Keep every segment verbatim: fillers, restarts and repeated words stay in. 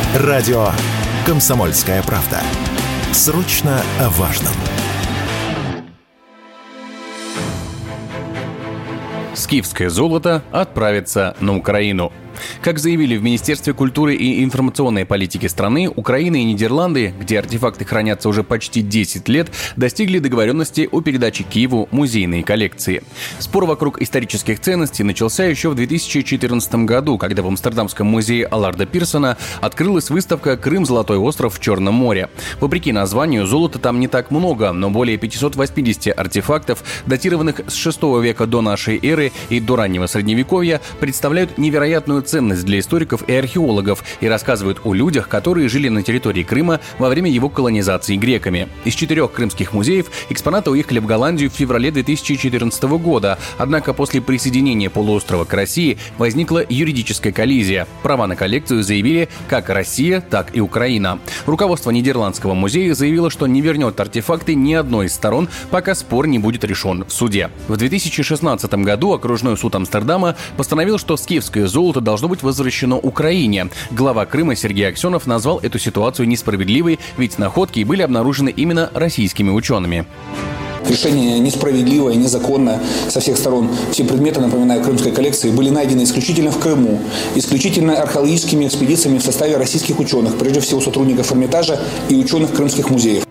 Радио «Комсомольская правда». Срочно о важном. Скифское золото отправится на Украину. Как заявили в Министерстве культуры и информационной политики страны, Украина и Нидерланды, где артефакты хранятся уже почти десять лет, достигли договоренности о передаче Киеву музейной коллекции. Спор вокруг исторических ценностей начался еще в две тысячи четырнадцатом году, когда в Амстердамском музее Алларда Пирсона открылась выставка «Крым. Золотой остров в Черном море». Вопреки названию, золота там не так много, но более пятьсот восемьдесят артефактов, датированных с шестого века до нашей эры и до раннего Средневековья, представляют невероятную ценность для историков и археологов и рассказывают о людях, которые жили на территории Крыма во время его колонизации греками. Из четырех крымских музеев экспонаты уехали в Голландию в феврале две тысячи четырнадцатого года, однако после присоединения полуострова к России возникла юридическая коллизия. Права на коллекцию заявили как Россия, так и Украина. Руководство Нидерландского музея заявило, что не вернет артефакты ни одной из сторон, пока спор не будет решен в суде. В две тысячи шестнадцатом году окружной суд Амстердама постановил, что скифское золото должно быть возвращено Украине. Глава Крыма Сергей Аксенов назвал эту ситуацию несправедливой, ведь находки были обнаружены именно российскими учеными. Решение несправедливое, незаконное со всех сторон. Все предметы, напоминаю, крымской коллекции были найдены исключительно в Крыму, исключительно археологическими экспедициями в составе российских ученых, прежде всего сотрудников Эрмитажа и ученых крымских музеев.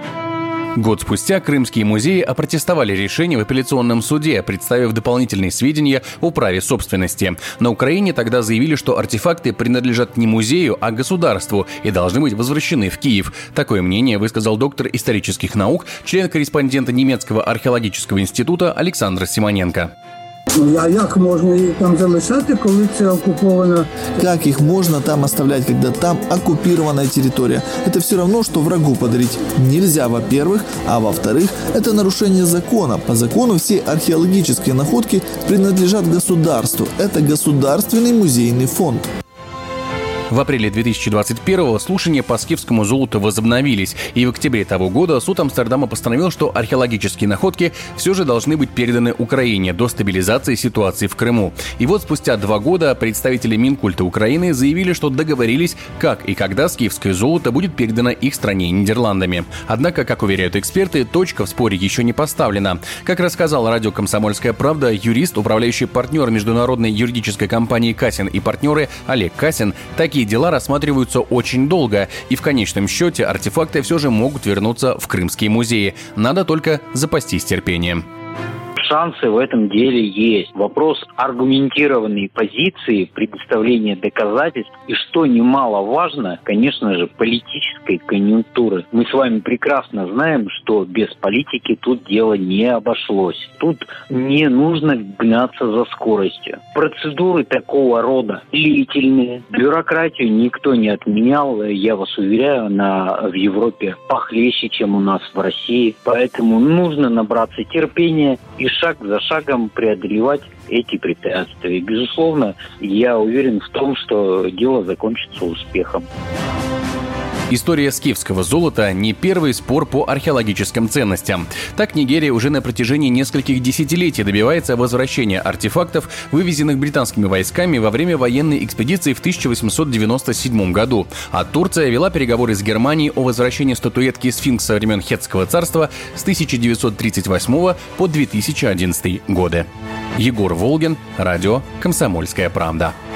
Год спустя крымские музеи опротестовали решение в апелляционном суде, представив дополнительные сведения о праве собственности. На Украине тогда заявили, что артефакты принадлежат не музею, а государству и должны быть возвращены в Киев. Такое мнение высказал доктор исторических наук, член-корреспондента немецкого археологического института Александр Симоненко. А як можна їх там залишати, коли це окуповано? Как их можно там оставлять, когда там оккупированная территория? Это все равно, что врагу подарить нельзя, во-первых, а во-вторых, это нарушение закона. По закону все археологические находки принадлежат государству. Это государственный музейный фонд. В апреле две тысячи двадцать первого слушания по скифскому золоту возобновились, и в октябре того года суд Амстердама постановил, что археологические находки все же должны быть переданы Украине до стабилизации ситуации в Крыму. И вот спустя два года представители Минкульта Украины заявили, что договорились, как и когда скифское золото будет передано их стране Нидерландами. Однако, как уверяют эксперты, точка в споре еще не поставлена. Как рассказал радио «Комсомольская правда» юрист, управляющий партнер международной юридической компании «Касин» и партнеры Олег Касин, такие дела рассматриваются очень долго, и в конечном счете артефакты все же могут вернуться в крымские музеи. Надо только запастись терпением. Шансы в этом деле есть. Вопрос аргументированной позиции, предоставления доказательств и, что немаловажно, конечно же, политической конъюнктуры. Мы с вами прекрасно знаем, что без политики тут дело не обошлось. Тут не нужно гнаться за скоростью. Процедуры такого рода длительные. Бюрократию никто не отменял. Я вас уверяю, она в Европе похлеще, чем у нас в России. Поэтому нужно набраться терпения и шаг за шагом преодолевать эти препятствия. Безусловно, я уверен в том, что дело закончится успехом. История скифского золота – не первый спор по археологическим ценностям. Так, Нигерия уже на протяжении нескольких десятилетий добивается возвращения артефактов, вывезенных британскими войсками во время военной экспедиции в тысяча восемьсот девяносто седьмом году. А Турция вела переговоры с Германией о возвращении статуэтки сфинкса времен Хеттского царства с тысяча девятьсот тридцать восьмого по две тысячи одиннадцатый годы. Егор Волгин, радио «Комсомольская правда».